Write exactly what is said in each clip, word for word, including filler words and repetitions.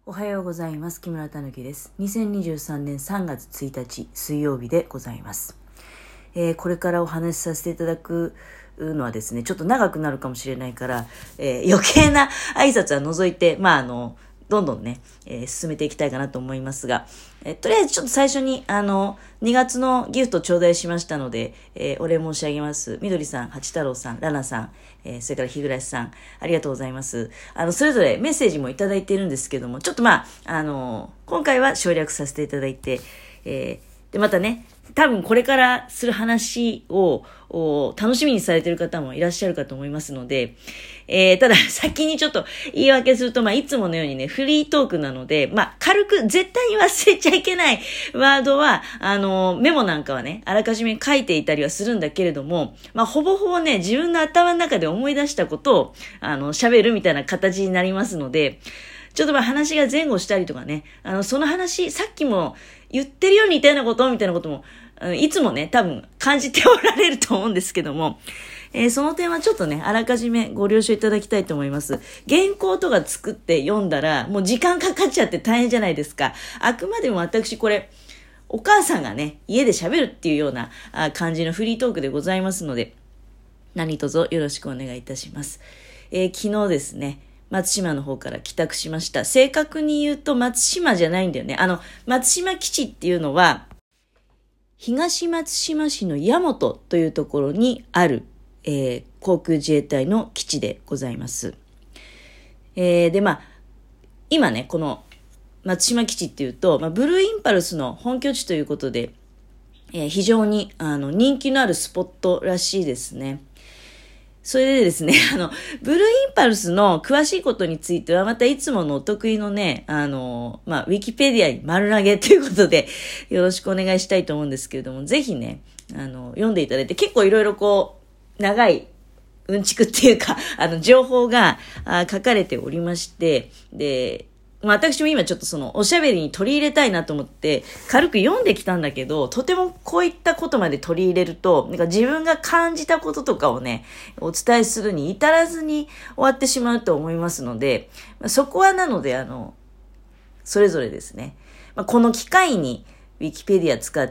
おはようございます。木村たぬきです。にせんにじゅうさんねんさんがつついたち水曜日でございます。えー、これからお話しさせていただくのはですね、ちょっと長くなるかもしれないから、えー、余計な挨拶は除いて、まああの、どんどんね、えー、進めていきたいかなと思いますが、えー、とりあえずちょっと最初に、あの、にがつのギフト頂戴しましたので、えー、お礼申し上げます。みどりさん、八太郎さん、ラナさん、えー、それから日暮さん、ありがとうございます。あの、それぞれメッセージもいただいているんですけども、ちょっとまあ、あの、今回は省略させていただいて、えー、で、またね、多分これからする話を楽しみにされている方もいらっしゃるかと思いますので、えー、ただ先にちょっと言い訳すると、まあいつものようにね、フリートークなので、まあ軽く絶対に忘れちゃいけないワードは、あの、メモなんかはね、あらかじめ書いていたりはするんだけれども、まあほぼほぼね、自分の頭の中で思い出したことを、あの、喋るみたいな形になりますので、ちょっとまあ話が前後したりとかね、あの、その話、さっきも言ってるように似たようなことみたいなことも、いつもね、多分感じておられると思うんですけども、えー、その点はちょっとね、あらかじめご了承いただきたいと思います。原稿とか作って読んだら、もう時間かかっちゃって大変じゃないですか。あくまでも私これ、お母さんがね、家で喋るっていうような感じのフリートークでございますので、何卒よろしくお願いいたします。えー、昨日ですね、松島の方から帰宅しました。正確に言うと松島じゃないんだよね。あの、松島基地っていうのは、東松島市の矢本というところにある、えー、航空自衛隊の基地でございます。えー、で、まあ、今ね、この松島基地っていうと、まあ、ブルーインパルスの本拠地ということで、えー、非常にあの人気のあるスポットらしいですね。それでですね、あの、ブルーインパルスの詳しいことについては、またいつものお得意のね、あの、まあ、ウィキペディアに丸投げということで、よろしくお願いしたいと思うんですけれども、ぜひね、あの、読んでいただいて、結構いろいろこう、長い、うんちくっていうか、あの、情報があ書かれておりまして、で、まあ、私も今ちょっとそのおしゃべりに取り入れたいなと思って軽く読んできたんだけど、とてもこういったことまで取り入れると、なんか自分が感じたこととかをね、お伝えするに至らずに終わってしまうと思いますので、まあ、そこはなのであの、それぞれですね、まあ、この機会にウィキペディア使って、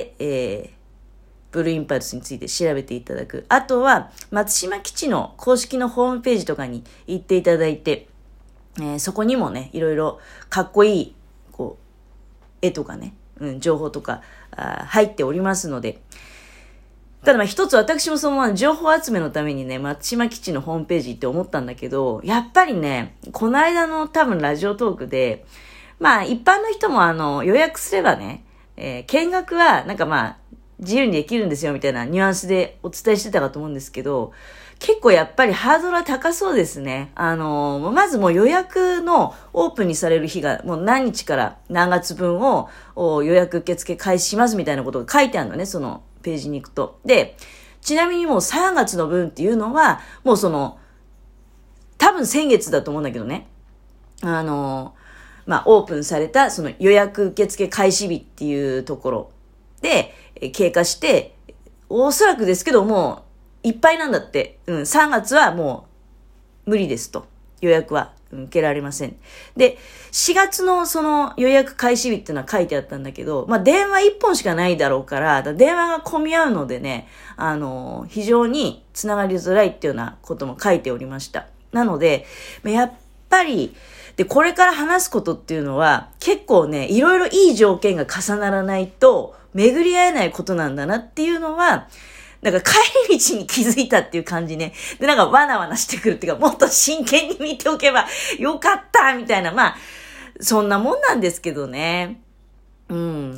えー、ブルーインパルスについて調べていただく。あとは松島基地の公式のホームページとかに行っていただいて、えー、そこにもね、いろいろかっこいい、こう、絵とかね、うん、情報とかあ入っておりますので、ただまあ一つ私もその情報集めのためにね、松島基地のホームページって思ったんだけど、やっぱりね、この間の多分ラジオトークで、まあ一般の人もあの予約すればね、えー、見学はなんかまあ自由にできるんですよみたいなニュアンスでお伝えしてたかと思うんですけど、結構やっぱりハードルは高そうですね。あの、まずもう予約のオープンにされる日がもう何日から何月分を予約受付開始しますみたいなことが書いてあるのね、そのページに行くと。で、ちなみにもうさんがつの分っていうのは、もうその、多分先月だと思うんだけどね。あの、まあ、オープンされたその予約受付開始日っていうところで経過して、おそらくですけども、いっぱいなんだって。うん、さんがつはもう無理ですと。予約は受けられません。で、しがつのその予約開始日っていうのは書いてあったんだけど、まあ電話いっぽんしかないだろうから、から電話が混み合うのでね、あの、非常につながりづらいっていうようなことも書いておりました。なので、やっぱり、で、これから話すことっていうのは、結構ね、いろいろいい条件が重ならないと、巡り合えないことなんだなっていうのは、なんか帰り道に気づいたっていう感じね。で、なんかわなわなしてくるっていうか、もっと真剣に見ておけばよかったみたいな、まあ、そんなもんなんですけどね。うん。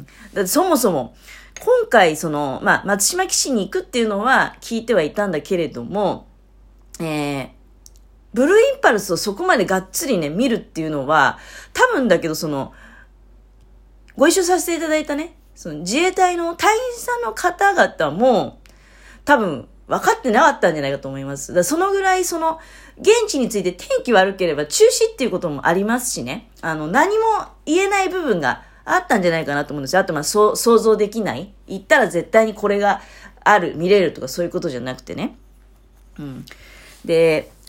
だってそもそも、今回その、まあ、松島基地に行くっていうのは聞いてはいたんだけれども、えー、ブルーインパルスをそこまでがっつりね、見るっていうのは、多分だけどその、ご一緒させていただいたね、その自衛隊の隊員さんの方々も、多分分かってなかったんじゃないかと思います。だからそのぐらいその現地について天気悪ければ中止っていうこともありますしね。あの何も言えない部分があったんじゃないかなと思うんですよ。あとまあそ想像できない。言ったら絶対にこれがある、見れるとかそういうことじゃなくてね。うん。で、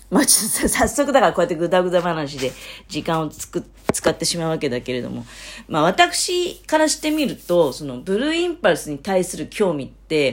まあ、ちょっと早速だからこうやってぐだぐだ話で時間をつく使ってしまうわけだけれども、まあ私からしてみると、そのブルーインパルスに対する興味って、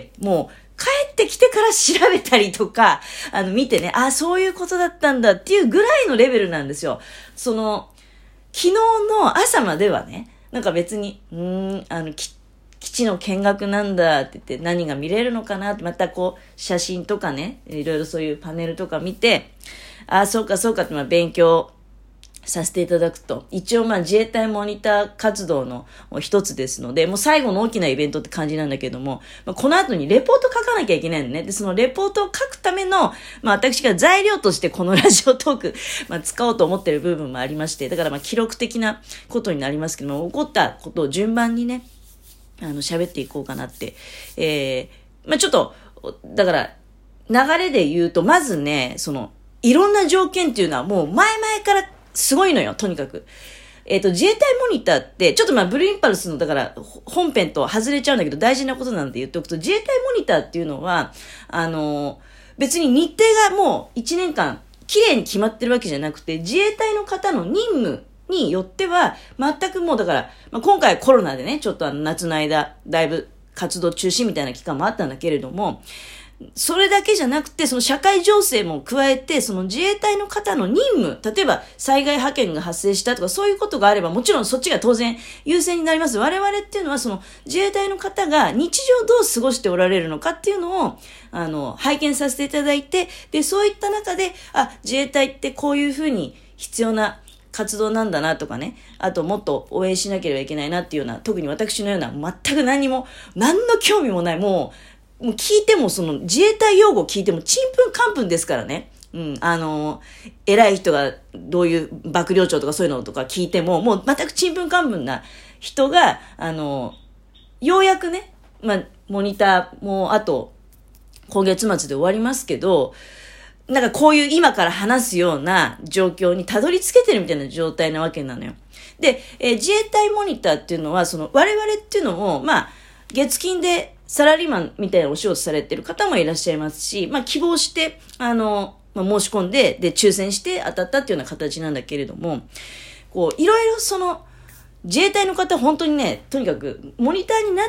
もう帰ってきてから調べたりとか、あの見てね、あ、そういうことだったんだっていうぐらいのレベルなんですよ。その、昨日の朝まではね、なんか別に、うーん、あの、き基地の見学なんだって言って何が見れるのかなってまたこう写真とかねいろいろそういうパネルとか見てああそうかそうかってまあ勉強させていただくと一応まあ自衛隊モニター活動の一つですのでもう最後の大きなイベントって感じなんだけども、まあ、この後にレポート書かなきゃいけないのね。でそのレポートを書くためのまあ私が材料としてこのラジオトーク、まあ、使おうと思ってる部分もありましてだからまあ記録的なことになりますけども起こったことを順番にねあの、喋っていこうかなって。えー、まあ、ちょっと、だから、流れで言うと、まずね、その、いろんな条件っていうのはもう前々からすごいのよ、とにかく。えっと、自衛隊モニターって、ちょっとまあ、ブルーインパルスの、だから、本編と外れちゃうんだけど、大事なことなんで言っておくと、自衛隊モニターっていうのは、あの、別に日程がもういちねんかん、綺麗に決まってるわけじゃなくて、自衛隊の方の任務、によっては、全くもうだから、まあ、今回コロナでね、ちょっとあの夏の間、だいぶ活動中止みたいな期間もあったんだけれども、それだけじゃなくて、その社会情勢も加えて、その自衛隊の方の任務、例えば災害派遣が発生したとか、そういうことがあれば、もちろんそっちが当然優先になります。我々っていうのは、その自衛隊の方が日常どう過ごしておられるのかっていうのを、あの、拝見させていただいて、で、そういった中で、あ、自衛隊ってこういうふうに必要な活動なんだなとかね、あともっと応援しなければいけないなっていうような、特に私のような全く何も、何の興味もない、もう、もう聞いてもその自衛隊用語を聞いてもちんぷんかんぷんですからね。うん、あの、偉い人がどういう幕僚長とかそういうのとか聞いても、もう全くちんぷんかんぷんな人が、あの、ようやくね、まあ、モニターもあと、今月末で終わりますけど、なんかこういう今から話すような状況にたどり着けてるみたいな状態なわけなのよ。で、えー、自衛隊モニターっていうのは、その我々っていうのも、まあ、月金でサラリーマンみたいなお仕事されてる方もいらっしゃいますし、まあ希望して、あの、まあ、申し込んで、で、抽選して当たったっていうような形なんだけれども、こう、いろいろその、自衛隊の方本当にね、とにかくモニターになって、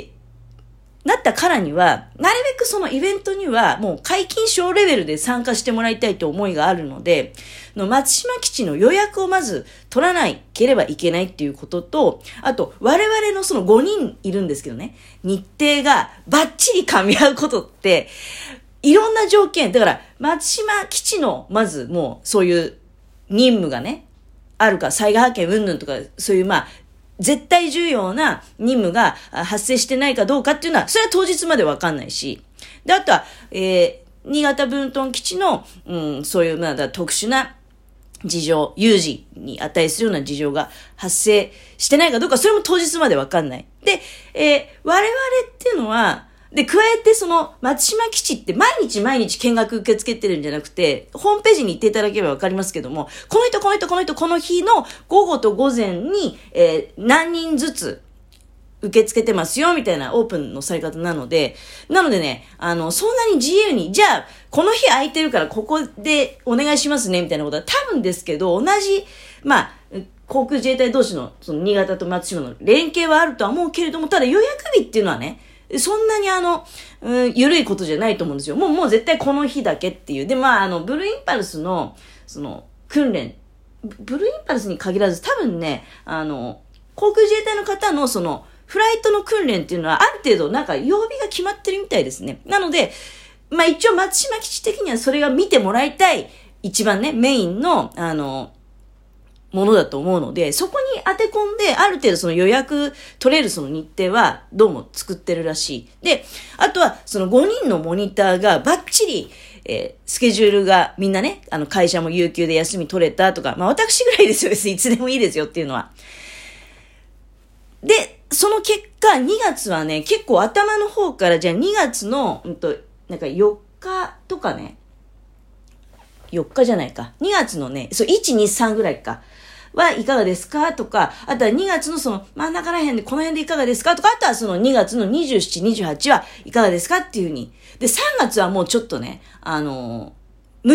なったからには、なるべくそのイベントにはもう解禁賞レベルで参加してもらいたいという思いがあるので、の松島基地の予約をまず取らなければいけないっていうことと、あと我々のそのごにんいるんですけどね、日程がバッチリ噛み合うことって、いろんな条件、だから松島基地のまずもうそういう任務がね、あるか、災害派遣云々とか、そういうまあ、絶対重要な任務が発生してないかどうかっていうのは、それは当日までわかんないし。で、あとは、えー、新潟分屯基地の、うん、そういう、まあ、特殊な事情、有事に値するような事情が発生してないかどうか、それも当日までわかんない。で、えー、我々っていうのは、で、加えてその松島基地って毎日毎日見学受け付けてるんじゃなくて、ホームページに行っていただければわかりますけども、この人、この人、この人、この日の午後と午前に、えー、何人ずつ受け付けてますよ、みたいなオープンのされ方なので、なのでね、あの、そんなに自由に、じゃあ、この日空いてるからここでお願いしますね、みたいなことは多分ですけど、同じ、まあ、航空自衛隊同士の、その新潟と松島の連携はあるとは思うけれども、ただ予約日っていうのはね、そんなにあの、うん、緩いことじゃないと思うんですよ。もう、もう絶対この日だけっていう。で、まあ、あの、ブルーインパルスの、その、訓練、ブルーインパルスに限らず、多分ね、あの、航空自衛隊の方のその、フライトの訓練っていうのは、ある程度、なんか、曜日が決まってるみたいですね。なので、まあ、一応、松島基地的にはそれが見てもらいたい、一番ね、メインの、あの、ものだと思うので、そこに当て込んで、ある程度その予約取れるその日程はどうも作ってるらしい。で、あとはそのごにんのモニターがバッチリ、えー、スケジュールがみんなね、あの会社も有給で休み取れたとか、まあ私ぐらいですよ、別にいつでもいいですよっていうのは。で、その結果にがつはね、結構頭の方からじゃあにがつの、うんと、なんかよっかとかね、よっかじゃないか。にがつのね、そう、いち、に、さんぐらいか。はいかがですかとか、あとはにがつのその真ん中ら辺でこの辺でいかがですかとか、あとはそのにがつのにじゅうしち、にじゅうはちはいかがですかっていう風に。で、さんがつはもうちょっとね、あのー、無理って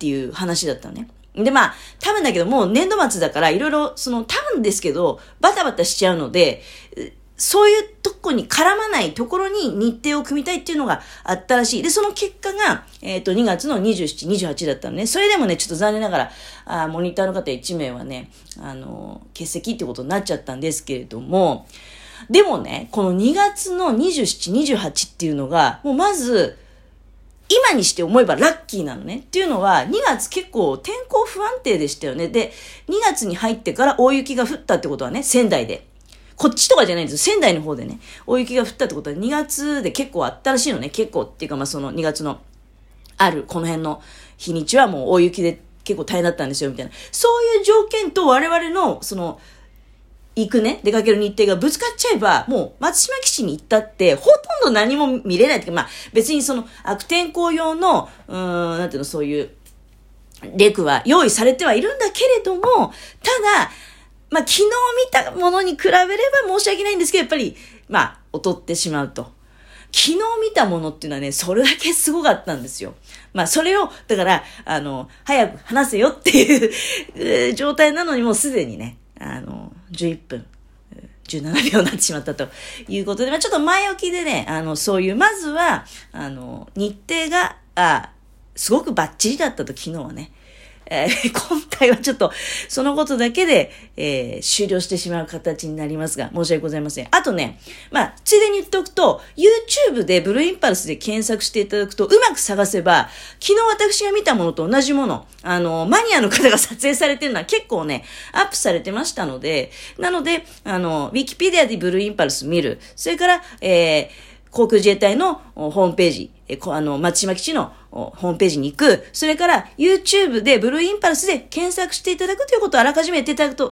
っていう話だったのね。で、まあ、多分だけどもう年度末だからいろいろ、その多分ですけど、バタバタしちゃうので、そういうとこに絡まないところに日程を組みたいっていうのがあったらしい。で、その結果が、えっと、にがつのにじゅうしち、にじゅうはちだったのね。それでもね、ちょっと残念ながら、あモニターの方いち名はね、あの、欠席ってことになっちゃったんですけれども、でもね、このにがつのにじゅうしち、にじゅうはちっていうのが、もうまず、今にして思えばラッキーなのね。っていうのは、にがつ結構天候不安定でしたよね。で、にがつに入ってから大雪が降ったってことはね、仙台で。こっちとかじゃないんですよ。仙台の方でね、大雪が降ったってことはにがつで結構あったらしいのね。結構っていうか、まあそのにがつのある、この辺の日にちはもう大雪で結構大変だったんですよ、みたいな。そういう条件と我々の、その、行くね、出かける日程がぶつかっちゃえば、もう松島基地に行ったって、ほとんど何も見れないっていうか、まあ別にその悪天候用の、うーん、なんていうの、そういう、レクは用意されてはいるんだけれども、ただ、まあ昨日見たものに比べれば申し訳ないんですけど、やっぱり、まあ、劣ってしまうと。昨日見たものっていうのはね、それだけすごかったんですよ。まあ、それを、だから、あの、早く話せよっていう状態なのにもうすでにね、あの、じゅういっぷん、じゅうななびょうになってしまったということで、まあ、ちょっと前置きでね、あの、そういう、まずは、あの、日程が、あ、すごくバッチリだったと、昨日はね。えー、今回はちょっと、そのことだけで、えー、終了してしまう形になりますが、申し訳ございません。あとね、まあ、ついでに言っておくと、YouTube でブルーインパルスで検索していただくと、うまく探せば、昨日私が見たものと同じもの、あの、マニアの方が撮影されてるのは結構ね、アップされてましたので、なので、あの、Wikipedia でブルーインパルス見る、それから、えー、航空自衛隊のホームページ、えあの、松島基地のホームページに行く、それから YouTube でブルーインパルスで検索していただくということをあらかじめやっていただくと